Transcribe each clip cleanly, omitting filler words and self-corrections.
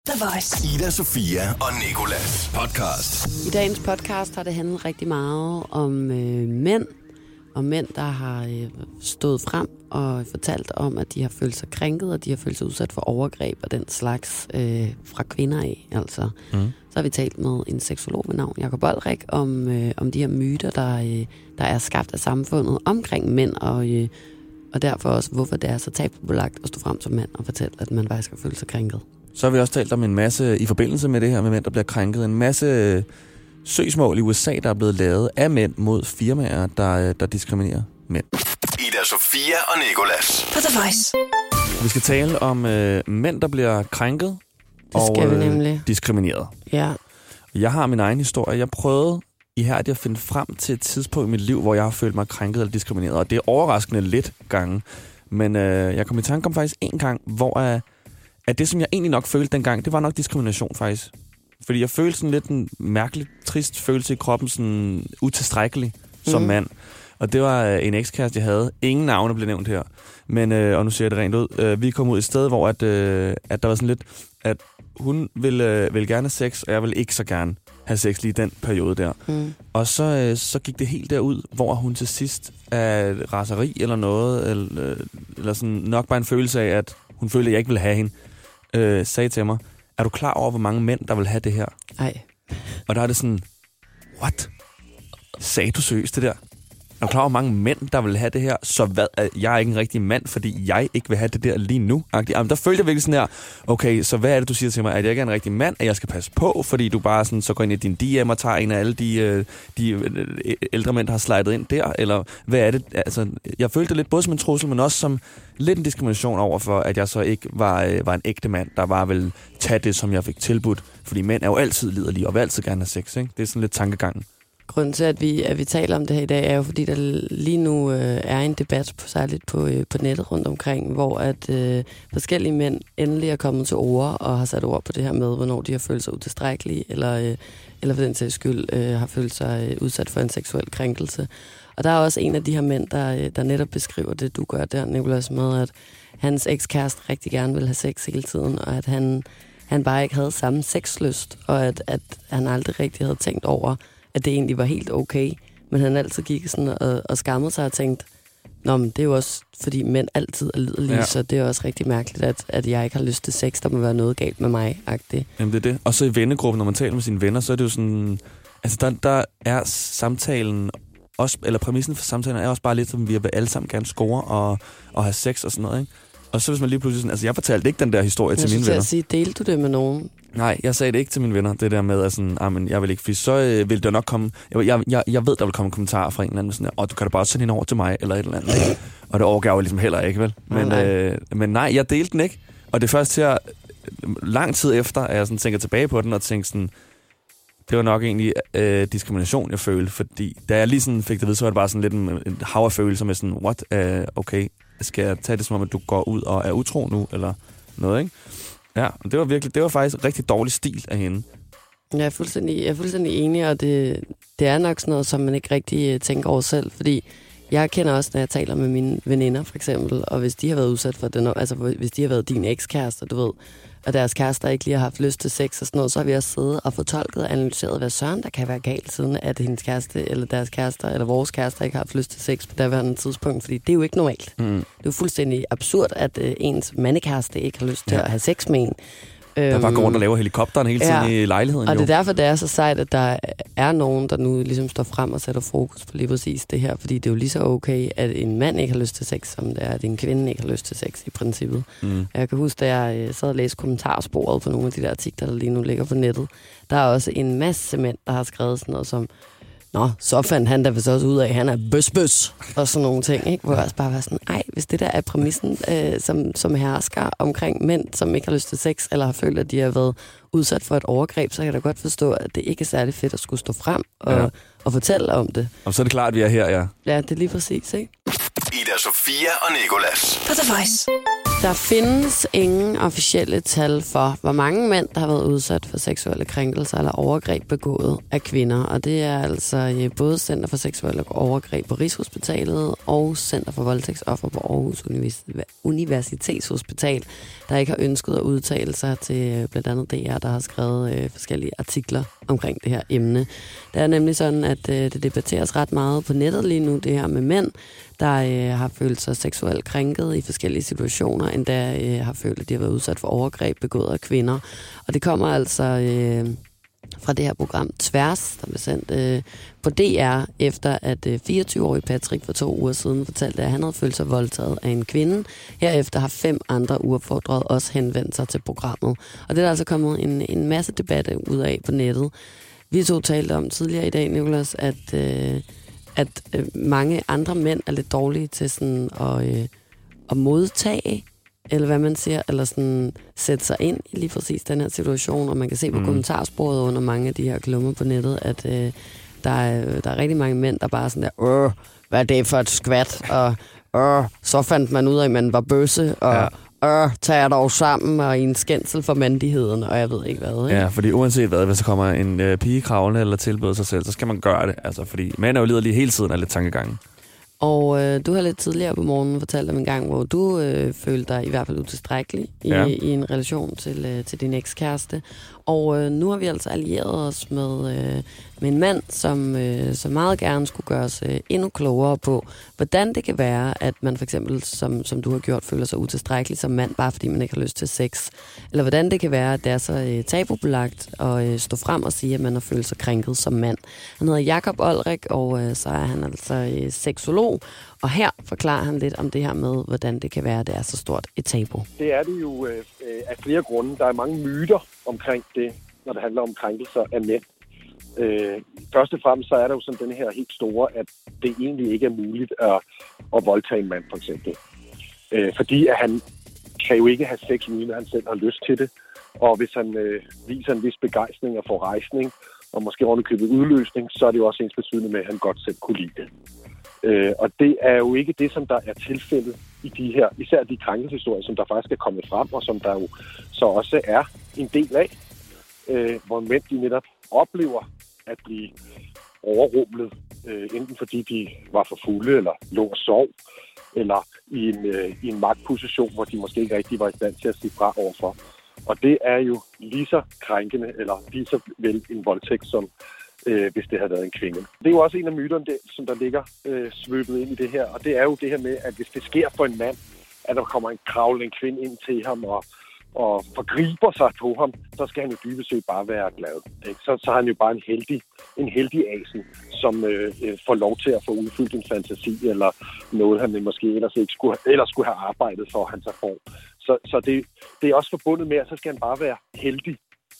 The Voice. Ida, Sofia og Nicolas podcast. I dagens podcast har det handlet rigtig meget om mænd. Og mænd, der har stået frem og fortalt om, at de har følt sig krænket, og de har følt sig udsat for overgreb og den slags fra kvinder af. Altså. Så har vi talt med en seksolog ved navn Jakob Olrik om de her myter, der er skabt af samfundet omkring mænd, og derfor også, hvorfor det er så tabubelagt at stå frem som mand og fortælle, at man faktisk har følt sig krænket. Så har vi også talt om en masse, i forbindelse med det her med mænd, der bliver krænket, en masse søgsmål i USA, der er blevet lavet af mænd mod firmaer, der diskriminerer mænd. Ida, Sofia og Nicolas. For The Voice. Vi skal tale om mænd, der bliver krænket og diskrimineret. Ja. Jeg har min egen historie. Jeg prøvede ihærdigt at finde frem til et tidspunkt i mit liv, hvor jeg har følt mig krænket eller diskrimineret. Og det er overraskende lidt gange. Men jeg kom i tanke om faktisk en gang, hvor at det, som jeg egentlig nok følte dengang, det var nok diskrimination faktisk. Fordi jeg følte sådan lidt en mærkelig, trist følelse i kroppen, sådan utilstrækkelig som mand. Og det var en ekskæreste, jeg havde. Ingen navne blev nævnt her. Men, og nu ser jeg det rent ud. Vi kom ud et sted, hvor at der var sådan lidt, at hun ville gerne have sex, og jeg ville ikke så gerne have sex lige i den periode der. Og så gik det helt derud, hvor hun til sidst af raseri eller noget, eller sådan nok bare en følelse af, at hun følte, at jeg ikke ville have hende, sagde til mig, er du klar over, hvor mange mænd, der vil have det her? Ej. Og der er det sådan, what? Sagde du seriøst det der? Er du klar over, hvor mange mænd, der vil have det her? Så hvad? Jeg er ikke en rigtig mand, fordi jeg ikke vil have det der lige nu. Jamen, der følte jeg virkelig sådan her, okay, så hvad er det, du siger til mig? At jeg ikke er en rigtig mand, at jeg skal passe på, fordi du bare sådan, så går ind i din DM og tager en af alle de ældre mænd, der har slidet ind der? Eller hvad er det? Altså, jeg følte det lidt både som en trussel, men også som lidt en diskrimination over for, at jeg så ikke var en ægte mand, der bare ville tage det, som jeg fik tilbudt. Fordi mænd er jo altid liderlige, og vil altid gerne have sex, ikke? Det er sådan lidt tankegangen. Grunden til, at vi taler om det her i dag, er jo, fordi der lige nu er en debat, særligt på nettet rundt omkring, hvor at forskellige mænd endelig er kommet til ord og har sat ord på det her med, hvornår de har følt sig utilstrækkelige, eller for den sags skyld har følt sig udsat for en seksuel krænkelse. Og der er også en af de her mænd, der netop beskriver det, du gør der, Nicolas, med, at hans ekskæreste rigtig gerne vil have sex hele tiden, og at han bare ikke havde samme sexlyst, og at han aldrig rigtig havde tænkt over, at det egentlig var helt okay, men han altid gik sådan og skammede sig og tænkte, nå, men det er jo også, fordi mænd altid er liderlige, så det er også rigtig mærkeligt, at jeg ikke har lyst til sex, der må være noget galt med mig-agtigt. Jamen det er det. Og så i vennegruppen, når man taler med sine venner, så er det jo sådan, altså der er samtalen også, eller præmissen for samtalen er også bare lidt, som vi vil alle sammen gerne score og have sex og sådan noget, ikke? Og så hvis man lige pludselig sådan, altså jeg fortalte ikke den der historie til mine venner. Jeg sige, delte du det med nogen? Nej, jeg sagde det ikke til mine venner, det der med, at sådan, men jeg vil ikke, for så vil der nok komme, jeg ved, der vil komme kommentarer fra en eller anden, sådan, du kan da bare sende hende over til mig, eller et eller andet, ikke? Og det overgav jeg ligesom heller ikke, vel? Men nej, jeg delte den ikke, og det først til lang tid efter, at jeg sådan tænker tilbage på den, og tænker sådan, det var nok egentlig diskrimination, jeg følte, fordi da jeg lige sådan fik det ved, så var det bare sådan lidt en hav af følelser med sådan, what, okay, skal jeg tage det som om, at du går ud og er utro nu, eller noget, ikke? Ja, det var faktisk rigtig dårlig stil af hende. Jeg er fuldstændig enig, og det er nok sådan noget, som man ikke rigtig tænker over selv, fordi jeg kender også, når jeg taler med mine veninder, for eksempel, og hvis de har været udsat for det, altså hvis de har været din ekskæreste, du ved, og deres kærester ikke lige har haft lyst til sex og sådan noget, så har vi også siddet og fortolket og analyseret, hvad søren der kan være galt, siden at hendes kæreste, eller deres kærester, eller vores kærester ikke har haft lyst til sex på daværende tidspunkt, fordi det er jo ikke normalt. Det er jo fuldstændig absurd, at ens mandekæreste ikke har lyst til at have sex med en. Der bare går rundt og laver helikopteren hele tiden i lejligheden. Og det er derfor, det er så sejt, at der er nogen, der nu ligesom står frem og sætter fokus på lige præcis det her. Fordi det er jo lige så okay, at en mand ikke har lyst til sex, som det er, at en kvinde ikke har lyst til sex i princippet. Jeg kan huske, da jeg sad og læste kommentarsporet på nogle af de der artikler, der lige nu ligger på nettet. Der er også en masse mænd, der har skrevet sådan noget som, nå, så fandt han da vist også ud af, at han er bøs, og sådan nogle ting, ikke? Hvor jeg også bare var sådan, hvis det der er præmissen, som hersker omkring mænd, som ikke har lyst til sex, eller har følt, at de har været udsat for et overgreb, så kan jeg da godt forstå, at det ikke er særlig fedt at skulle stå frem og fortælle om det. Og så er det klart, at vi er her, ja. Ja, det er lige præcis, ikke? Ida, Sofia og Nicolas. For The Voice. Der findes ingen officielle tal for, hvor mange mænd, der har været udsat for seksuelle krænkelser eller overgreb begået af kvinder. Og det er altså både Center for Seksuelle Overgreb på Rigshospitalet og Center for Voldtægtsoffer på Aarhus Universitetshospital, der ikke har ønsket at udtale sig til blandt andet DR, der har skrevet forskellige artikler omkring det her emne. Det er nemlig sådan, at det debatteres ret meget på nettet lige nu, det her med mænd, der har følt sig seksuelt krænket i forskellige situationer, endda har følt, at de har været udsat for overgreb begået af kvinder. Og det kommer altså fra det her program Tværs, der blev sendt på DR, efter at 24-årige Patrick for 2 uger siden fortalte, at han havde følt sig voldtaget af en kvinde. Herefter har 5 andre uopfordret også henvendt sig til programmet. Og det er der altså kommet en masse debatte ud af på nettet. Vi to talte om tidligere i dag, Nicolas, at mange andre mænd er lidt dårlige til sådan at modtage, eller hvad man siger, eller sådan sætte sig ind i lige præcis den her situation, og man kan se på kommentarsporet under mange af de her klummer på nettet, at der er rigtig mange mænd, der bare sådan der, hvad er det for et skvat, og så fandt man ud af, at man var bøsse, og tager dog sammen og i en skændsel for mandigheden, og jeg ved ikke hvad. Ikke? Ja, fordi uanset hvad, hvis der kommer en pige kravlende eller tilbyder sig selv, så skal man gøre det. Altså, fordi mænd er jo liderlige hele tiden af lidt tankegangen. Og du har lidt tidligere på morgenen fortalt om en gang, hvor du følte dig i hvert fald utilstrækkelig i en relation til din ekskæreste. Og nu har vi altså allieret os med en mand, som meget gerne skulle gøre os endnu klogere på, hvordan det kan være, at man for eksempel, som du har gjort, føler sig utilstrækkelig som mand, bare fordi man ikke har lyst til sex. Eller hvordan det kan være, at det er så tabubelagt at stå frem og sige, at man har følt sig krænket som mand. Han hedder Jakob Olrik, og så er han altså seksolog. Og her forklarer han lidt om det her med, hvordan det kan være, at det er så stort et tabu. Det er det jo af flere grunde. Der er mange myter omkring det, når det handler om krænkelser af mænd. Først og fremmest så er der jo sådan den her helt store, at det egentlig ikke er muligt at voldtage en mand, for eksempel. Fordi at han kan jo ikke have sex, uden at han selv har lyst til det. Og hvis han viser en vis begejstring og får rejsning, og måske ovenikøbet udløsning, så er det jo også ensbetydende med, at han godt selv kunne lide det. Og det er jo ikke det, som der er tilfældet i de her, især de krænkelseshistorier, som der faktisk er kommet frem, og som der jo så også er en del af, hvor mænd de netop oplever at blive overrumlet, enten fordi de var for fulde, eller lå og sov, eller i en magtposition, hvor de måske ikke rigtig var i stand til at sige fra overfor. Og det er jo lige så krænkende, eller lige så vel en voldtægt, som hvis det havde været en kvinde. Det er jo også en af myterne, som der ligger svøbet ind i det her, og det er jo det her med, at hvis det sker for en mand, at der kommer en kvinde ind til ham og forgriber sig på ham, så skal han jo dybest set bare være glad. Ikke? Så er han jo bare en heldig asen, som får lov til at få udfyldt en fantasi, eller noget, han måske ellers skulle have arbejdet for, han så får. Så det er også forbundet med, at så skal han bare være heldig.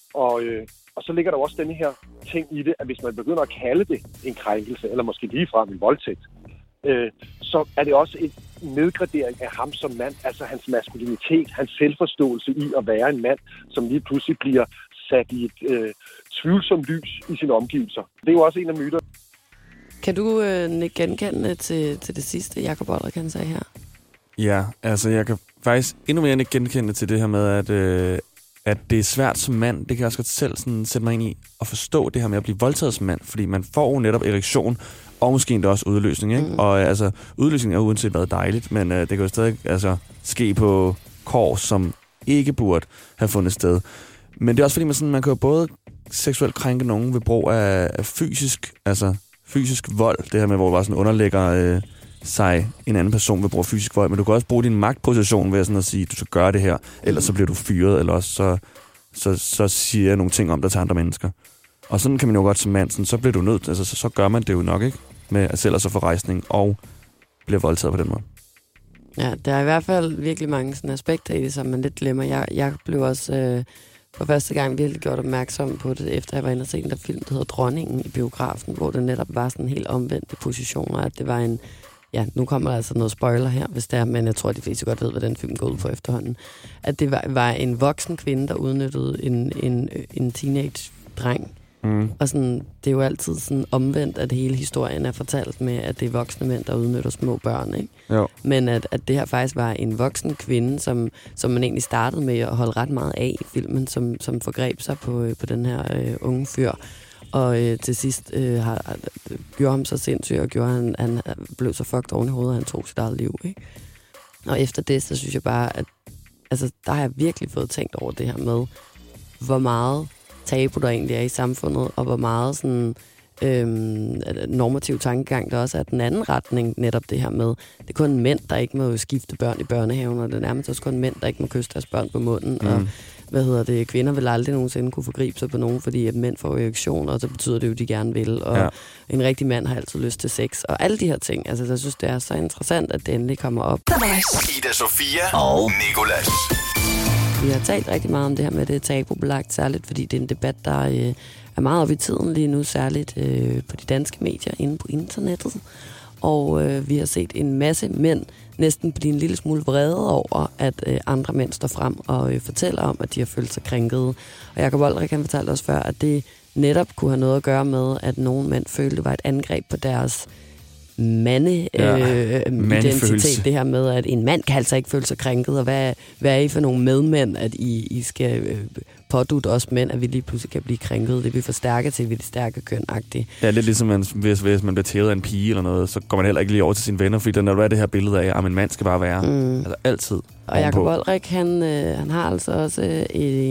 Og så ligger der også denne her ting i det, at hvis man begynder at kalde det en krænkelse, eller måske ligefrem en voldtægt, så er det også en nedgradering af ham som mand, altså hans maskulinitet, hans selvforståelse i at være en mand, som lige pludselig bliver sat i et tvivlsomt lys i sine omgivelser. Det er jo også en af myterne. Kan du genkende til det sidste, Jakob Olrik kan sige her? Ja, altså jeg kan faktisk endnu mere genkende til det her med, at det er svært som mand. Det kan jeg også godt selv sådan sætte mig ind i at forstå det her med at blive voldtaget som mand, fordi man får jo netop erektion, og måske endda også udløsning, ikke? Og altså, udløsning er uanset hvad dejligt, men det kan jo stadig ske på kår, som ikke burde have fundet sted. Men det er også fordi, man kan jo både seksuelt krænke nogen ved brug af fysisk vold, det her med, hvor du bare sådan underlægger sig en anden person ved brug af fysisk vold, men du kan også bruge din magtposition ved sådan at sige, du skal gøre det her, ellers så bliver du fyret, eller også så siger jeg nogle ting om dig til andre mennesker. Og sådan kan man jo godt som mand, sådan, så bliver du nødt, altså så gør man det jo nok, ikke? Med at selv så få rejsning og bliver voldtaget på den måde. Ja, der er i hvert fald virkelig mange sådan aspekter i det, som man lidt glemmer. Jeg blev også for første gang virkelig gjort opmærksom på det, efter jeg var inde og se den der film, der hedder Dronningen i biografen, hvor det netop var sådan helt omvendte positioner, at det var en, ja, nu kommer der altså noget spoiler her, hvis det er, men jeg tror, at de fleste godt ved, hvad den film går ud på efterhånden, at det var en voksen kvinde, der udnyttede en teenage-dreng Og sådan, det er jo altid sådan omvendt, at hele historien er fortalt med, at det er voksne mænd, der udnytter små børn, ikke? Jo. Men at det her faktisk var en voksen kvinde, som man egentlig startede med at holde ret meget af i filmen, som forgreb sig på den her unge fyr. Og til sidst gjorde ham så sindssyg, og gjorde han blev så fucked oven i hovedet, og han tog sit eget liv, ikke? Og efter det, så synes jeg bare, at altså, der har jeg virkelig fået tænkt over det her med, hvor meget tabu der egentlig er i samfundet, og hvor meget sådan normativ tankegang der også er den anden retning, netop det her med, det er kun mænd, der ikke må skifte børn i børnehaven, og det er nærmest også kun mænd, der ikke må kysse deres børn på munden, og kvinder vil aldrig nogensinde kunne forgribe sig på nogen, fordi at mænd får erektion, og så betyder det jo, at de gerne vil, og en rigtig mand har altid lyst til sex, og alle de her ting. Altså, jeg synes, det er så interessant, at det endelig kommer op. Ida Sofia og Nicolas. Vi har talt rigtig meget om det her med, det er tabubelagt, særligt fordi det er en debat, der er meget op i tiden lige nu, særligt på de danske medier inde på internettet. Og vi har set en masse mænd næsten blive en lille smule vrede over, at andre mænd står frem og fortæller om, at de har følt sig krænket. Og Jacob Olrik kan fortælle os før, at det netop kunne have noget at gøre med, at nogle mænd følte, det var et angreb på deres identitet. Det her med, at en mand kan altså ikke føle sig krænket, og hvad er I for nogle medmænd, at I skal pådutte os mænd, at vi lige pludselig kan blive krænket. Det bliver forstærket til, at vi er det stærke køn-agtigt. Ja, lidt ligesom, hvis man bliver tævet af en pige eller noget, så går man heller ikke lige over til sine venner, fordi når du er det her billede af, at en mand skal bare være. Altså altid. Og Jacob Olrik, han har altså også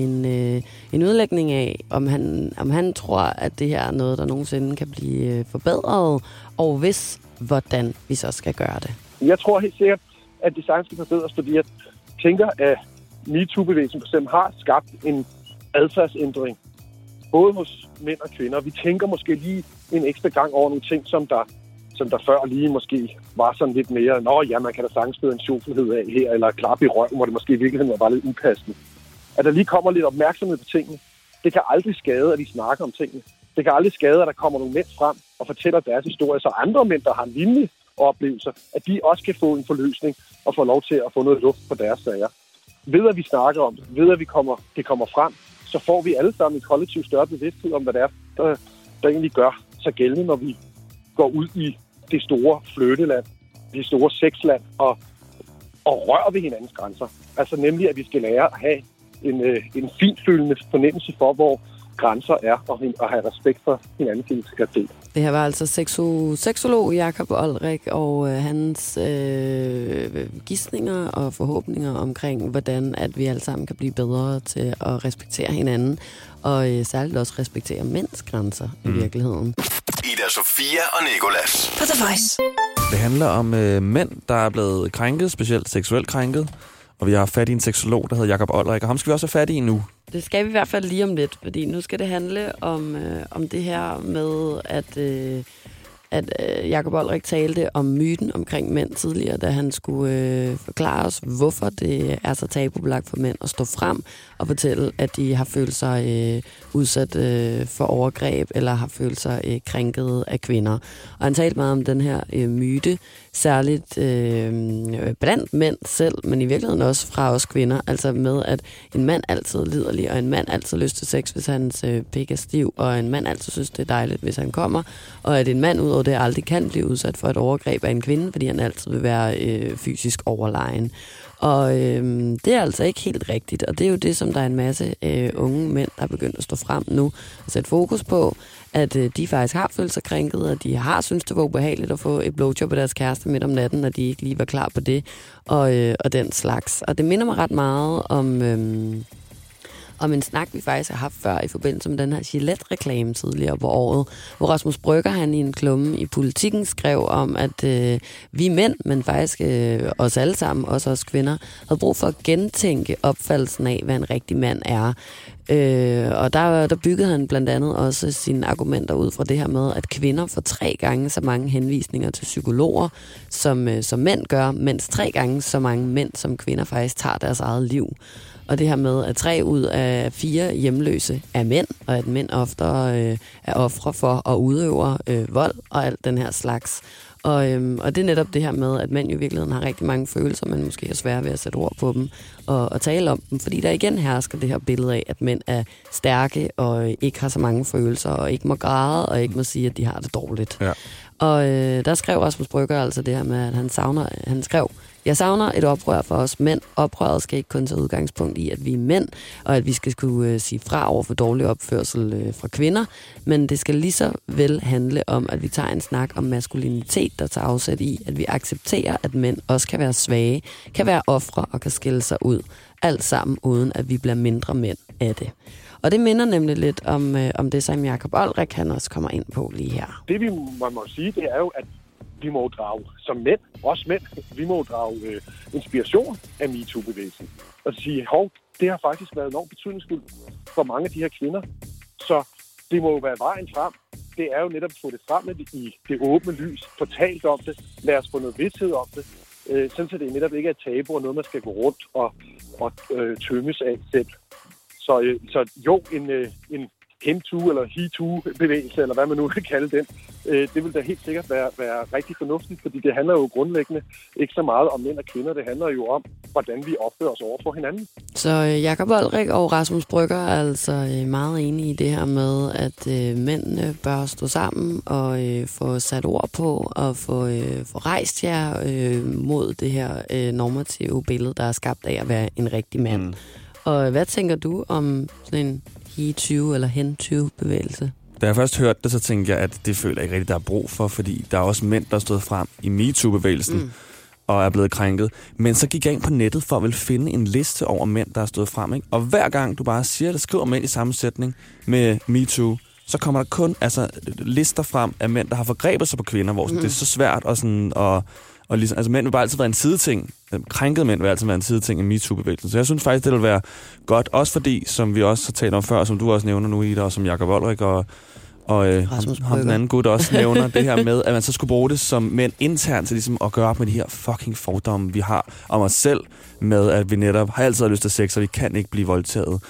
en udlægning af, om han tror, at det her er noget, der nogensinde kan blive forbedret, og hvordan vi så skal gøre det. Jeg tror helt sikkert, at design skal forbedres, fordi jeg tænker, at MeToo-bevægelsen for eksempel har skabt en adfærdsændring, både hos mænd og kvinder. Vi tænker måske lige en ekstra gang over nogle ting, som der før lige måske var sådan lidt mere, man kan da sagtens spille en sjovhed af her, eller klap i røven, hvor det måske i virkeligheden var bare lidt upassende. At der lige kommer lidt opmærksomhed på tingene. Det kan aldrig skade, at vi snakker om tingene. Det kan aldrig skade, at der kommer nogle mænd frem og fortæller deres historie, så andre mænd, der har en lignende oplevelse, at de også kan få en forløsning og få lov til at få noget luft på deres sager. Ved at vi snakker om det, ved at det kommer frem, så får vi alle sammen en kollektiv større bevidsthed om, hvad det er, der egentlig gør sig gældende, når vi går ud i det store flytteland, det store sexland og rører ved hinandens grænser. Altså nemlig, at vi skal lære at have en finfølende fornemmelse for, hvor grænser er, og have respekt for hinandens integritet. Det her var altså seksolog Jacob Olrik og hans gidsninger og forhåbninger omkring, hvordan at vi alle sammen kan blive bedre til at respektere hinanden, og særligt også respektere mænds grænser i virkeligheden. Ida Sofia og Nicolas. På The Voice. Det handler om mænd, der er blevet krænket, specielt seksuelt krænket. Og vi har fat i en seksolog, der hedder Jacob Olrik, og ham skal vi også have fat i nu. Det skal vi i hvert fald lige om lidt, fordi nu skal det handle om det her med, at Jacob Olrik talte om myten omkring mænd tidligere, da han skulle forklare os, hvorfor det er så tabubelagt for mænd at stå frem og fortælle, at de har følt sig udsat for overgreb, eller har følt sig krænket af kvinder. Og han talte meget om den her myte, særligt blandt mænd selv, men i virkeligheden også fra os kvinder, altså med, at en mand altid er liderlig, og en mand altid har lyst til sex, hvis hans pik er stiv, og en mand altid synes, det er dejligt, hvis han kommer, og at en mand udover det aldrig kan blive udsat for et overgreb af en kvinde, fordi han altid vil være fysisk overlegen. Og det er altså ikke helt rigtigt, og det er jo det, som der er en masse unge mænd, der er begyndt at stå frem nu og sætte fokus på, at de faktisk har følt sig krænket, og de har syntes, det var ubehageligt at få et blowjob af deres kæreste midt om natten, og de ikke lige var klar på det, og den slags. Og det minder mig ret meget om en snak, vi faktisk har haft før i forbindelse med den her Gillette-reklame tidligere på året, hvor Rasmus Brygger, han i en klumme i Politikken, skrev om, at vi mænd, men faktisk os alle sammen, også os kvinder, havde brug for at gentænke opfattelsen af, hvad en rigtig mand er. Og der byggede han blandt andet også sine argumenter ud fra det her med, at kvinder får 3 gange så mange henvisninger til psykologer, som mænd gør, mens 3 gange så mange mænd som kvinder faktisk tager deres eget liv. Og det her med, at 3 ud af 4 hjemløse er mænd, og at mænd oftere er ofre for og udøver vold og alt den her slags. Og det er netop det her med, at mænd jo i virkeligheden har rigtig mange følelser, men måske er svære ved at sætte ord på dem og tale om dem. Fordi der igen hersker det her billede af, at mænd er stærke og ikke har så mange følelser, og ikke må græde, og ikke må sige, at de har det dårligt. Ja. Og der skrev Rasmus Brygger altså det her med, at han skrev, jeg savner et oprør for os mænd. Oprøret skal ikke kun tage udgangspunkt i, at vi er mænd, og at vi skal kunne sige fra over for dårlig opførsel fra kvinder, men det skal lige så vel handle om, at vi tager en snak om maskulinitet, der tager afsæt i, at vi accepterer, at mænd også kan være svage, kan være ofre og kan skille sig ud. Alt sammen uden, at vi bliver mindre mænd af det. Og det minder nemlig lidt om det, som Jacob Olrik han også kommer ind på lige her. Det man må sige, det er jo, at vi må drage som mænd, også mænd, vi må drage inspiration af MeToo-bevægelsen. Og sige, det har faktisk været enormt betydningsfuldt for mange af de her kvinder. Så det må jo være vejen frem. Det er jo netop at få det frem i det åbne lys, fortalt om det, lad os få noget vidsthed om det, sådan så det netop ikke er tabu og noget, man skal gå rundt og tømmes af selv. Så jo, en him-too eller he-too-bevægelse, eller hvad man nu kan kalde den, det vil da helt sikkert være rigtig fornuftigt, fordi det handler jo grundlæggende ikke så meget om mænd og kvinder, det handler jo om, hvordan vi opfører os over for hinanden. Så Jacob Olrik og Rasmus Brygger er altså meget enige i det her med, at mændene bør stå sammen og få sat ord på og få rejst jer mod det her normative billede, der er skabt af at være en rigtig mand. Og hvad tænker du om sådan en he-too eller hen-too-bevægelse? Da jeg først hørte det, så tænkte jeg, at det føler jeg ikke rigtig, der er brug for, fordi der er også mænd, der er stået frem i MeToo-bevægelsen og er blevet krænket. Men så gik jeg ind på nettet for at ville finde en liste over mænd, der er stået frem. Ikke? Og hver gang du bare siger, at skriver mænd i sammensætning med MeToo, så kommer der kun lister frem af mænd, der har forgrebet sig på kvinder, hvor det er så svært og ligesom, altså mænd vil bare altid være en sideting. Krænkede mænd vil altid være en sideting i MeToo-bevægelsen. Så jeg synes faktisk, det vil være godt, også fordi, som vi også har talt om før, som du også nævner nu, Ida, og som Jacob Olrik og ham den anden gut også nævner, det her med, at man så skulle bruge det som mænd internt til ligesom at gøre op med de her fucking fordomme, vi har om os selv, med at vi netop har altid lyst til sex, og vi kan ikke blive voldtaget.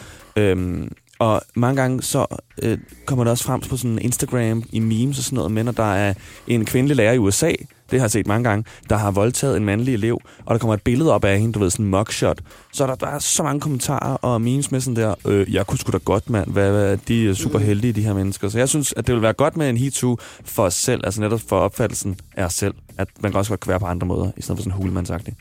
Og mange gange så kommer det også frem på sådan Instagram i memes og sådan noget, men der er en kvindelig lærer i USA, det har jeg set mange gange, der har voldtaget en mandlig elev, og der kommer et billede op af hende, du ved, sådan en mugshot. Så der er så mange kommentarer og memes med sådan der, jeg kunne sgu da godt, mand, de er super heldige, de her mennesker. Så jeg synes, at det vil være godt med en he-too for os selv, altså netop for opfattelsen af os selv, at man kan også godt være på andre måder, i stedet for sådan hulemandsagtigt.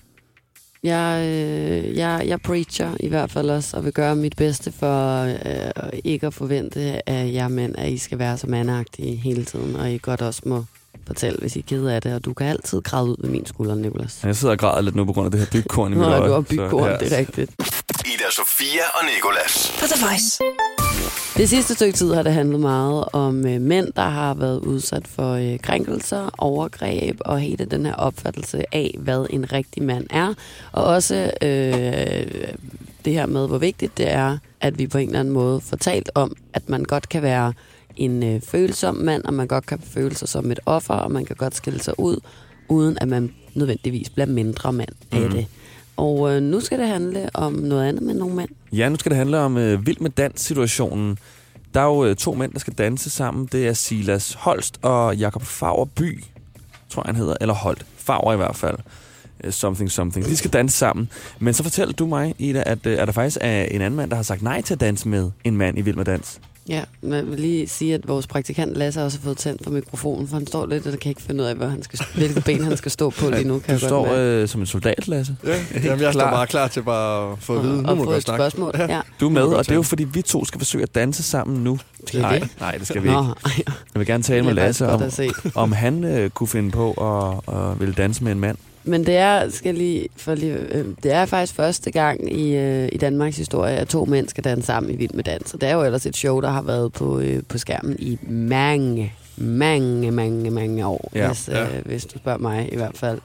Jeg preacher i hvert fald også, og vil gøre mit bedste for ikke at forvente af jer mænd, at I skal være så mandagtige hele tiden, og I godt også må fortælle, hvis I er ked af det, og du kan altid græde ud ved min skulder, Nicolas. Jeg sidder og græder lidt nu på grund af det her bygkorn i mit øje. Du har bygkorn, det er rigtigt. Ida Sofia og Nicolas. For The Voice. Det sidste stykke tid har det handlet meget om mænd, der har været udsat for krænkelser, overgreb og hele den her opfattelse af, hvad en rigtig mand er. Og også det her med, hvor vigtigt det er, at vi på en eller anden måde får talt om, at man godt kan være en følsom mand, og man godt kan føle sig som et offer, og man kan godt skille sig ud, uden at man nødvendigvis bliver mindre mand af det. Og nu skal det handle om noget andet med nogle mænd. Ja, nu skal det handle om Vild med Dans-situationen. Der er jo 2 mænd, der skal danse sammen. Det er Silas Holst og Jakob Faurby, tror jeg han hedder, eller Holt. Favre i hvert fald. Something. De skal danse sammen. Men så fortæller du mig, Ida, at der faktisk er en anden mand, der har sagt nej til at danse med en mand i Vild med Dans. Ja, man vil lige sige, at vores praktikant Lasse også har fået tændt for mikrofonen, for han står lidt, og der kan ikke finde ud af, hvilke ben han skal stå på lige nu. Kan du står som en soldat, Lasse? Ja, jamen, jeg står bare klar til bare at få at vide. Og få et spørgsmål. Ja. Du er med, og det er jo fordi, vi 2 skal forsøge at danse sammen nu. Nej, det skal vi ikke. Jeg vil gerne tale med Lasse om han kunne finde på at ville danse med en mand. Men det er faktisk første gang i Danmarks historie, at 2 mænd skal danse sammen i Vild med Dans. Og det er jo ellers et show, der har været på skærmen i mange år, hvis du spørger mig i hvert fald.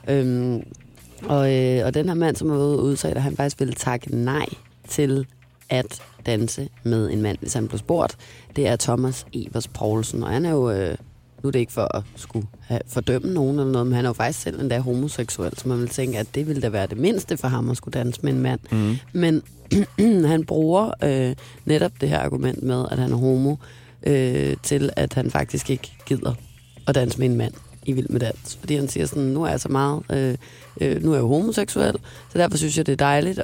Og den her mand, som har været udtalt, at han faktisk ville takke nej til at danse med en mand, hvis han blev spurgt, det er Thomas Evers Poulsen. Og han er jo... Nu er det ikke for at skulle fordømme nogen eller noget, men han er jo faktisk selv endda homoseksuel, så man vil tænke, at det ville da være det mindste for ham at skulle danse med en mand. Men han bruger netop det her argument med, at han er homo, til at han faktisk ikke gider at danse med en mand. i Vild med Dans. Fordi han siger sådan, nu er jeg så meget, nu er jeg homoseksuel, så derfor synes jeg, det er dejligt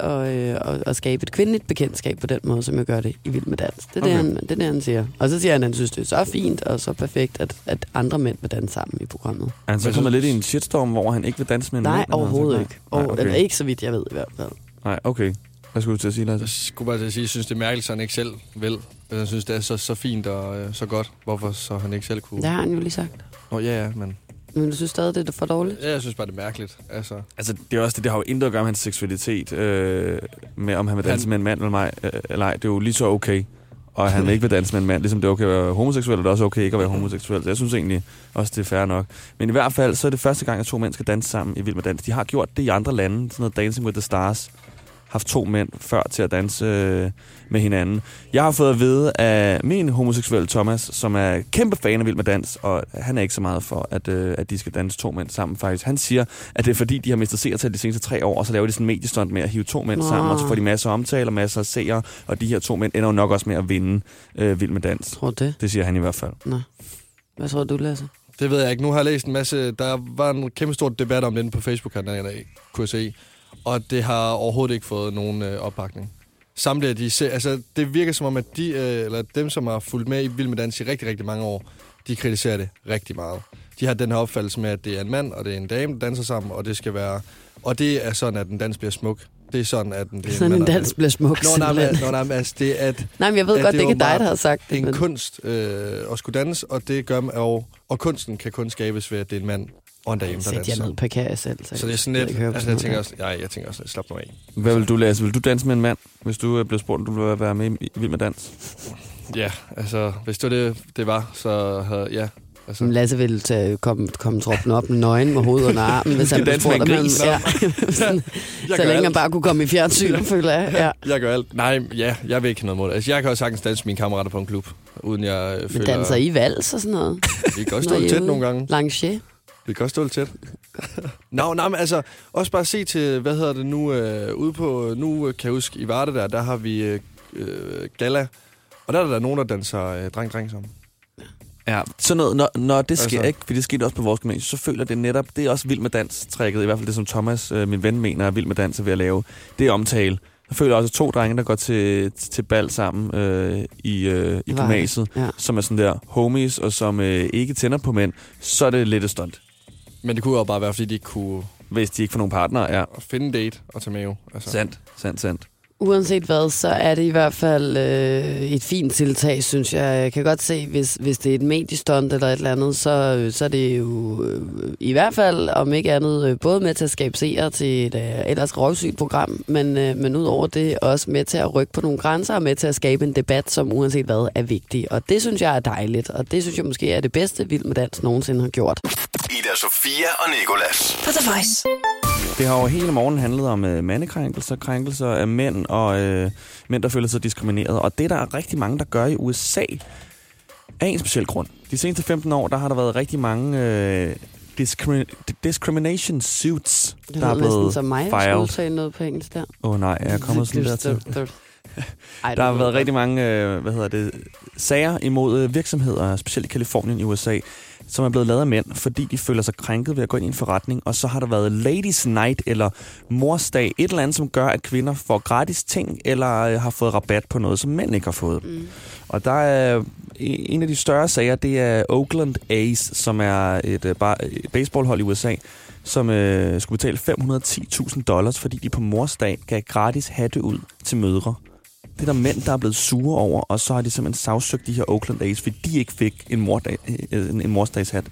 at skabe et kvindeligt bekendtskab på den måde, som jeg gør det i Vild med Dans. Det er det, han siger. Og så siger han synes, det er så fint og så perfekt, at andre mænd vil danse sammen i programmet. Er han så kommet lidt i en shitstorm, hvor han ikke vil danse med en mand? Nej, overhovedet ikke. Eller ikke så vidt, jeg ved i hvert fald. Nej, okay. Hvad skulle du til at sige, Lasse? Jeg skulle bare til at sige, at jeg synes, det er mærkeligt, så han ikke selv vil. Jeg synes, det er så fint og så godt. Hvorfor så han ikke selv kunne? Det har han jo lige sagt. Ja, men... Men du synes stadig, det er for dårligt? Ja, jeg synes bare, det er mærkeligt. Altså det er også det har jo intet at gøre med hans seksualitet, med om han vil danse med en mand eller ej. Det er jo lige så okay, og han vil ikke vil danse med en mand. Ligesom det er okay at være homoseksuel, og det er også okay ikke at være homoseksuel. Så jeg synes egentlig også, det er fair nok. Men i hvert fald, så er det første gang, at 2 mænd skal danse sammen i Vild med Dans. De har gjort det i andre lande, sådan noget Dancing with the Stars. Haft 2 mænd før til at danse med hinanden. Jeg har fået at vide af min homoseksuelle Thomas, som er kæmpe fan af Vild med Dans, og han er ikke så meget for, at de skal danse 2 mænd sammen faktisk. Han siger, at det er fordi, de har mistet seertal de seneste 3 år, og så laver de sådan en mediestunt med at hive 2 mænd sammen, og så får de masser af omtaler, masser af seere, og de her 2 mænd ender jo nok også med at vinde Vild med Dans. Tror du det? Det siger han i hvert fald. Nå. Hvad tror du, Lasse? Det ved jeg ikke. Nu har jeg læst en masse... Der var en kæmpe stor debat om den på Facebook-kanalen af QSE. Og det har overhovedet ikke fået nogen opbakning. Samtidig det virker som om, at eller dem, som har fulgt med i Vild med Dans i rigtig, rigtig mange år, de kritiserer det rigtig meget. De har den her opfattelse med, at det er en mand og det er en dame, der danser sammen, og det skal være... Og det er sådan, at en dans bliver smuk. Det er sådan, at det sådan en dans bliver smuk. Det er at... Nej, men jeg ved godt, det ikke er dig, der har sagt det. Det er en kunst at skulle danse, og det gør man og kunsten kan kun skabes ved, at det er en mand og en dame, der danser. Sæt jer ned på kage selv. Så det er sådan lidt... Jeg tænker også, slap nu af. Hvad vil du, Lasse? Vil du danse med en mand, hvis du blev spurgt, om du ville være med i Vild med Dans? Ja, altså, hvis det var, så havde... Ja. Altså. Lasse ville komme troppen op med nøgen med hovedet under armen, hvis han blev spurgt om ham. Så længe han bare kunne komme i fjernsyn, føler jeg. Ja. Jeg gør alt. Nej, jeg vil ikke noget mod det. Altså, jeg kan også sagtens danse med mine kammerater på en klub, uden jeg føler... Men danser I vals og sådan noget? Vi kan også stå tæt nogle gange. Langer. Vi kan også stå lidt tæt. Nej, men altså, også bare se til, ude på, nu kan jeg huske, i Varde der har vi gala, og der er der nogen, der danser dreng sammen. Ja, sådan noget, når det sker ikke, for det skete også på vores gymnasie, så føler det netop, det er også Vild med Dans-trækket, i hvert fald det, som Thomas, min ven, mener, er Vild med Dans er ved at lave, det er omtale. Jeg føler også 2 drenge, der går til bal sammen i gymnasiet, som er sådan der homies, og som ikke tænder på mænd, så er det lidt et stunt. Men det kunne jo bare være, fordi de ikke kunne... Hvis de ikke får nogen partnere, ja. Og finde en date og tage med jo. Altså. Sandt. Uanset hvad, så er det i hvert fald et fint tiltag, synes jeg. Jeg kan godt se, hvis det er et mediestunt eller et eller andet, så er det jo i hvert fald, om ikke andet, både med til at skabe seere til et ellers røvsygt program, men ud over det også med til at rykke på nogle grænser og med til at skabe en debat, som uanset hvad er vigtig. Og det synes jeg er dejligt, og det synes jeg måske er det bedste Vild med Dans nogensinde har gjort. Ida Sofia og Nicolas. For The Voice. Det har jo hele morgen handlet om mandekrænkelser, krænkelser af mænd og mænd, der føler sig diskrimineret. Og det, der er rigtig mange, der gør i USA, af en speciel grund. De seneste 15 år, der har der været rigtig mange discrimination suits, der er blevet næsten som mig, filed. Jeg skulle sige noget på engelsk der. Nej, jeg er kommet sådan der til. Der har været rigtig mange sager imod virksomheder, specielt i Californien i USA, som er blevet lavet af mænd, fordi de føler sig krænket ved at gå ind i en forretning. Og så har der været Ladies Night eller Morsdag, et eller andet, som gør, at kvinder får gratis ting, eller har fået rabat på noget, som mænd ikke har fået. Og der er en af de større sager, det er Oakland A's, som er et baseballhold i USA, som skulle betale $510,000, fordi de på Morsdag gav gratis hatte ud til mødre. Det er der mænd, der er blevet sure over, og så har de simpelthen sagsøgt de her Oakland A's, fordi de ikke fik en morsdagshat.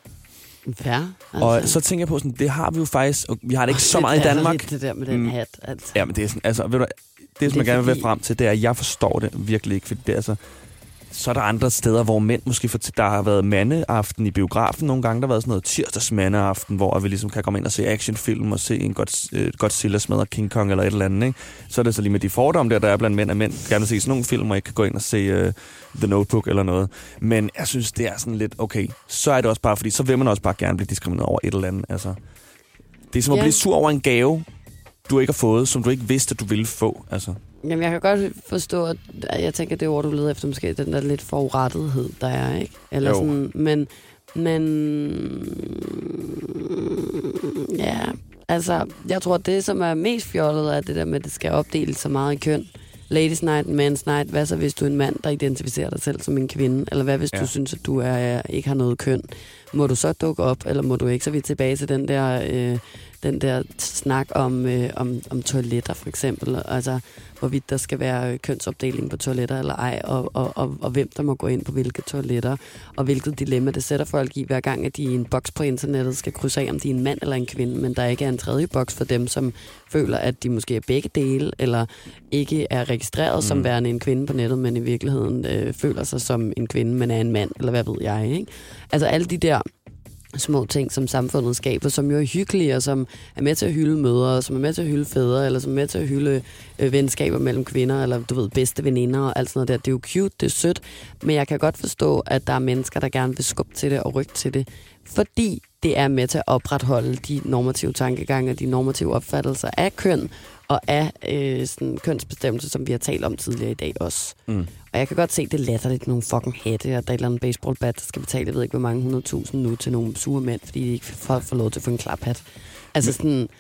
Ja, altså. Og så tænker jeg på sådan, det har vi jo faktisk, og vi har det ikke så meget i Danmark. Det der med den hat, altså. Ja, men det er sådan, altså, ved du, det som jeg gerne vil frem til, det er, at jeg forstår det virkelig ikke, fordi det er altså, så er der andre steder, hvor mænd måske der har været mandeaften i biografen nogle gange. Der har været sådan noget tirsdagsmandeaften, hvor vi ligesom kan komme ind og se actionfilm og se en Godzilla smadre King Kong eller et eller andet, ikke? Så er det så lige med de fordomme der er blandt mænd, at mænd gerne vil se sådan nogle film, og ikke kan gå ind og se The Notebook eller noget. Men jeg synes, det er sådan lidt, okay, så er det også bare, fordi så vil man også bare gerne blive diskrimineret over et eller andet. Altså, det er som at blive sur over en gave, du ikke har fået, som du ikke vidste, at du ville få, altså. Jamen, jeg kan godt forstå, at jeg tænker, det ord, du leder efter, måske den der lidt forurettethed, der er, ikke? Eller sådan, Men ja, altså, jeg tror, det, som er mest fjollet, er det der med, at det skal opdeles så meget i køn. Ladies night, men's night. Hvad så, hvis du er en mand, der identificerer dig selv som en kvinde? Eller hvad, hvis du synes, at du ikke har noget køn? Må du så dukke op, eller må du ikke? Så er vi tilbage til den der snak om toiletter, for eksempel. Altså, hvorvidt der skal være kønsopdeling på toiletter eller ej, og hvem der må gå ind på hvilke toiletter, og hvilket dilemma det sætter folk i, hver gang, at de i en boks på internettet skal krydse af, om de er en mand eller en kvinde, men der ikke er en tredje boks for dem, som føler, at de måske er begge dele, eller ikke er registreret som værende en kvinde på nettet, men i virkeligheden føler sig som en kvinde, men er en mand, eller hvad ved jeg, ikke? Altså alle de der små ting, som samfundet skaber, som jo er hyggelige, og som er med til at hylde mødre, som er med til at hylde fædre, eller som er med til at hylde venskaber mellem kvinder, eller du ved, bedste veninder og alt sådan noget der. Det er jo cute, det er sødt, men jeg kan godt forstå, at der er mennesker, der gerne vil skubbe til det og rykke til det, fordi det er med til at opretholde de normative tankegange og de normative opfattelser af køn og af sådan kønsbestemmelse, som vi har talt om tidligere i dag også. Og jeg kan godt se, det latterligt nogle fucking hatte, og der er et eller andet baseballbat, der skal betale, jeg ved ikke, hvor mange 100.000 nu til nogle sure mænd, fordi de ikke får lov til at få en klaphat. Altså sådan,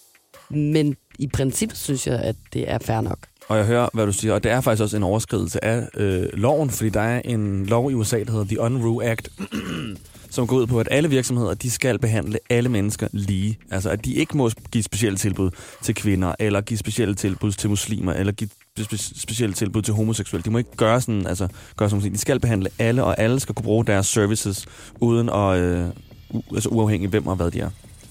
men i princippet synes jeg, at det er fair nok. Og jeg hører, hvad du siger, og det er faktisk også en overskridelse af loven, fordi der er en lov i USA, der hedder The Unruh Act, som går ud på, at alle virksomheder, de skal behandle alle mennesker lige. Altså, at de ikke må give specielle tilbud til kvinder, eller give specielle tilbud til muslimer, eller give specielle tilbud til homoseksuelle. De må ikke gøre sådan, altså, de skal behandle alle, og alle skal kunne bruge deres services, uden at, altså uafhængigt hvem og hvad de er.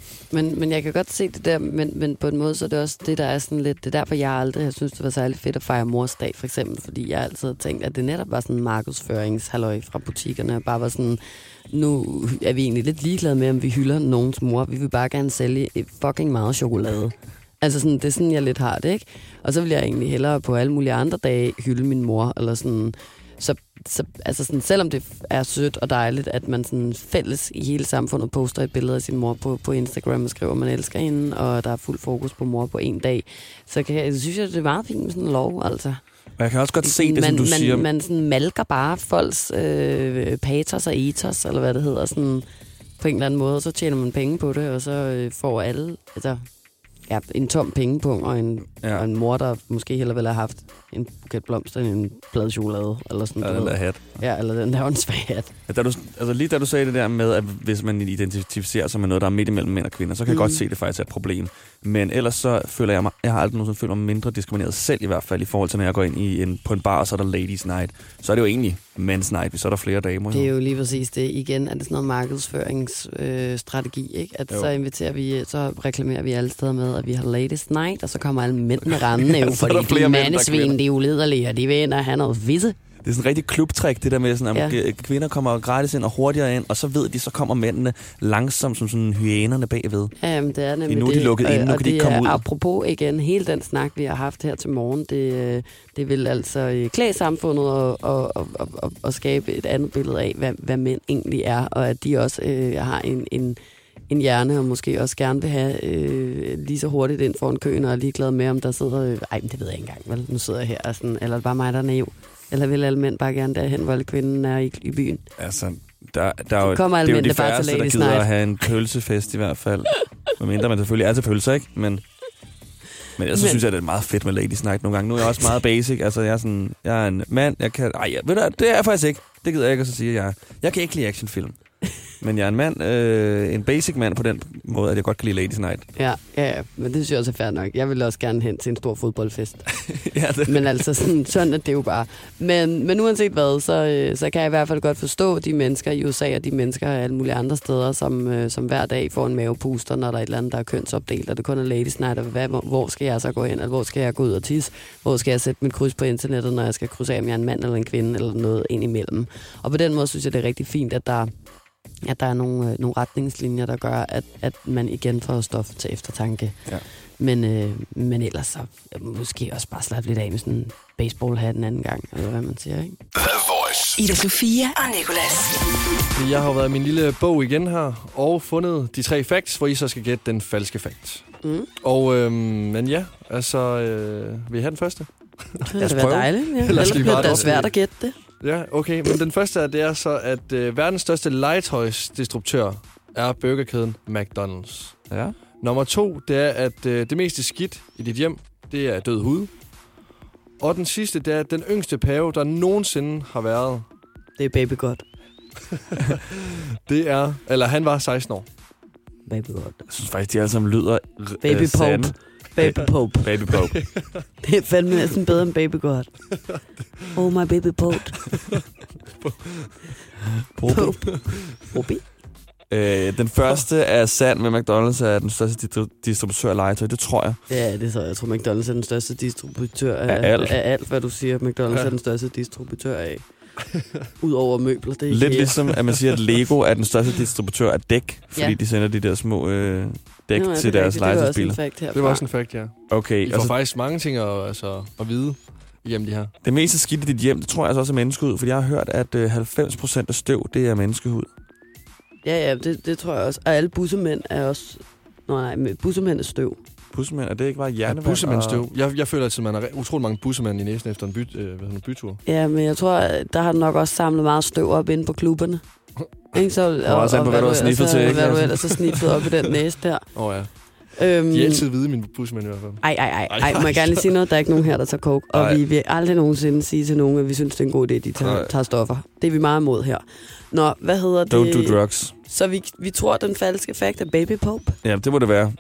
Men jeg kan godt se det der, men på en måde, så er det også det, der er sådan lidt, det er derfor, jeg aldrig har synes, det var særlig fedt at fejre morsdag, for eksempel, fordi jeg altid har tænkt, at det netop var sådan en markedsføringshalløj fra butikkerne, og bare var sådan, nu er vi egentlig lidt ligeglade med, om vi hylder nogens mor, vi vil bare gerne sælge fucking meget chokolade. Altså sådan, det er sådan, jeg lidt har det, ikke? Og så vil jeg egentlig hellere på alle mulige andre dage hylde min mor, eller sådan. Så altså sådan, selvom det er sødt og dejligt, at man sådan fælles i hele samfundet poster et billede af sin mor på Instagram og skriver, at man elsker hende, og der er fuld fokus på mor på en dag, så synes jeg, det er meget fint med sådan en lov, altså. Og jeg kan også godt se det, som du siger. Man sådan malker bare folks patos og ethos, eller hvad det hedder, sådan på en eller anden måde, og så tjener man penge på det, og så får alle, altså, ja, en tom pengepung og en mor, der måske hellere ville have haft en buket blomster end en plade chokolade, eller sådan noget. Eller den der hat. Ja, eller den der åndssvage hat. Ja, lige da du sagde det der med, at hvis man identificerer sig med noget, der er midt imellem mænd og kvinder, så kan jeg godt se, at det faktisk er et problem. Men ellers så føler jeg har aldrig nogensinde følt mig mindre diskrimineret selv, i hvert fald i forhold til, når jeg går ind på en bar, og så er der ladies night. Så er det jo egentlig men's night, så er der flere damer. Det er jo lige præcis det. Igen er det sådan noget markedsføringsstrategi, ikke? At så inviterer vi, så reklamerer vi alle steder med, at vi har ladies night, og så kommer alle mændene rendende jo, fordi de mandesvin, de er ulederlige, og de vil ind og have noget visse. Det er sådan en rigtig klubtrik, det der med, sådan, at kvinder kommer gratis ind og hurtigere ind, og så ved de, så kommer mændene langsomt som sådan hyænerne bagved. Jamen, det er nemlig nu er de lukket ind, nu kan de ikke komme ud. Apropos igen, hele den snak, vi har haft her til morgen, det vil altså klæde samfundet og skabe et andet billede af, hvad mænd egentlig er, og at de også har en hjerne, og måske også gerne vil have lige så hurtigt ind foran køen, og er ligeglad med, om der sidder... det ved jeg ikke engang, vel? Nu sidder jeg her, og sådan, eller er det bare mig, der er naiv? Eller vil alle mænd bare gerne derhen, hvor alle kvinden er i byen? Altså, der er jo, det er jo de færreste, der gider at have en pølsefest i hvert fald. Mindre man selvfølgelig er til pølser, ikke? Men ellers så synes jeg, det er meget fedt med ladies night nogle gange. Nu er jeg også meget basic. Altså, jeg er en mand, jeg kan... ved du, det er jeg faktisk ikke. Det gider jeg ikke at sige, jeg kan ikke lide actionfilm. Men jeg er en mand, en basic mand på den måde, at jeg godt kan lide ladies night. Ja, men det synes jeg også er fair nok. Jeg vil også gerne hen til en stor fodboldfest. Men altså, sådan er det jo bare. Men uanset hvad, så kan jeg i hvert fald godt forstå de mennesker i USA og de mennesker alle mulige andre steder, som hver dag får en mavepuster, når der er et eller andet, der er kønsopdelt, og det kun er ladies night, og hvor skal jeg så gå hen, eller hvor skal jeg gå ud og tisse, hvor skal jeg sætte mit kryds på internettet, når jeg skal krydse af, om jeg er en mand eller en kvinde, eller noget ind imellem. Og på den måde synes jeg, det er rigtig fint, at der er nogle retningslinjer, der gør, at man igen får stof til eftertanke. Ja. Men ellers så måske også bare slappe lidt af med sådan en baseballhat en anden gang, eller hvad man siger, ikke? The Voice. Ida Sofia og Nicolas. Jeg har været i min lille bog igen her, og fundet de 3 facts, hvor I så skal gætte den falske fact. Og, men ja, altså, vil I have den første? Det vil være dejligt. Ja. Ellers bliver det svært at gætte det. Ja, okay. Men den første det er så, at verdens største legetøjsdistributør er burgerkæden McDonald's. Ja. Nummer 2, det er, at det meste skidt i dit hjem, det er død hud. Og den sidste, det er, at den yngste pave, der nogensinde har været... Det er Baby God. Det er... Eller han var 16 år. Baby God. Jeg synes faktisk, de alle sammen lyder Baby sande. Pope. Baby Pope. Baby Pope. Det er fandme næsten bedre end Baby God. Oh my baby Pope. Pope. Den første er sand med McDonald's er den største distributør af legetøj. Det tror jeg. Ja, det tror jeg. Jeg tror, McDonald's er den største distributør Af alt, hvad du siger. McDonald's er den største distributør af. Udover møbler, det er lidt ligesom, at man siger, at Lego er den største distributør af dæk, fordi de sender de der små dæk til deres legetøjsbiler. Det var også en fact, ja. Okay. I får faktisk mange ting at vide igennem de her. Det meste skidt i dit hjem, det tror jeg altså også er menneskehud, fordi jeg har hørt, at 90% af støv, det er menneskehud. Ja, det tror jeg også. Og alle bussemænd er også... Nej, bussemænd er støv. Bussemænd, er det ikke bare hjernevand? Ja, bussemændstøv. Jeg føler altid, at man har utrolig mange bussemænd i næsen efter en bytur. Ja, men jeg tror, der har nok også samlet meget støv op inde på klubberne. Ikke så? Og hvad du har sniffet til, ikke? Hvad du ellers har sniffet op i den næse der. Ja. De er altid hvide, mine bussemænd i hvert fald. Ej, må jeg gerne lige sige noget? Der er ikke nogen her, der tager coke. Og vi vil aldrig nogensinde sige til nogen, at vi synes, det er en god idé, at de tager stoffer. Det er vi meget imod her. Nå, hvad hedder det? Don't do drugs. Så vi tror, den falske fakt er Baby Pope? Ja, det må det være.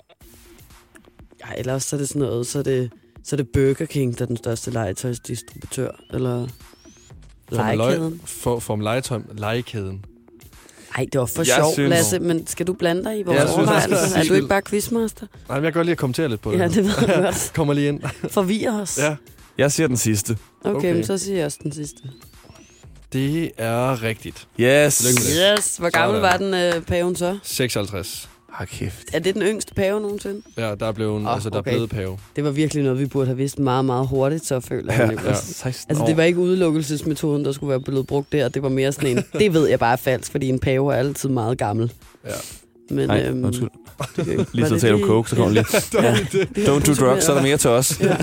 Ja, ellers så er det sådan noget, så er det Burger King, der er den største legetøjsdistributør, eller legekæden. Legekæden. Ej, det var for sjovt, Lasse, men skal du blande dig i vores overvejelser? Er du ikke bare quizmaster? Nej, men jeg kan godt lige at kommentere lidt på det. Ja, det ved jeg godt. Kommer lige ind. Forvirrer os. Ja. Jeg siger den sidste. Okay, men så siger jeg også den sidste. Det er rigtigt. Yes. Yes. Hvor gammel var den paven så? 56. Hold kæft. Er det den yngste pave nogensinde? Ja, der er blevet, der er blevet pave. Det var virkelig noget, vi burde have vidst meget, meget hurtigt, så føler jeg. Ja. Altså, det var ikke udelukkelsesmetoden, der skulle være blevet brugt der. Det var mere sådan en, det ved jeg bare er falsk, fordi en pave er altid meget gammel. Ja. Men, nej, undskyld. Lige så tale om coke, så kommer lige. Don't do drugs, så er der mere til os. Ja.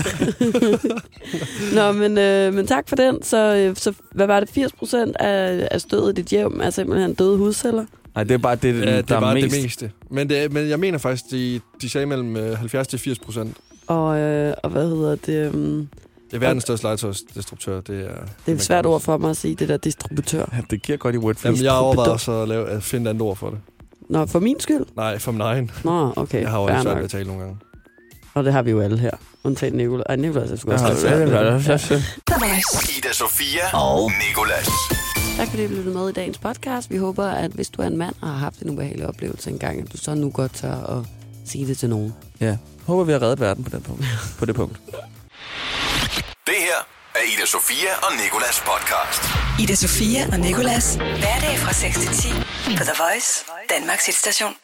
Nå, men tak for den. Så hvad var det? 80% af stødet i dit hjem er simpelthen døde hudceller? Nej, det er bare det, det der er bare mest. Det meste. Men jeg mener faktisk, de sagde mellem 70-80%. Og hvad hedder det? Det er verdens største legetøjsdistributør. Det er et svært ord for mig at sige, det der distributør. Ja, det giver godt i Wordfeed. Jamen, jeg overvejer også at finde et andet ord for det. Nå, for min skyld? Nej, for min egen. Nå, okay. Jeg har også svært ved at tale nogle gange. Og det har vi jo alle her. Undtagen Nicolás. Ej, Nicolás, jeg skulle også Ida Sofia og Nicolás. Tak fordi du lyttede med i dagens podcast. Vi håber, at hvis du er en mand og har haft en ubehagelig oplevelse engang, at du så nu godt tør at sige det til nogen. Ja, håber vi har reddet verden på det punkt. Det her er Ida Sofia og Nicolás podcast. Ida Sofia og Nicolás. Hverdag fra 6 til 10 på The Voice, Danmarks hitstation.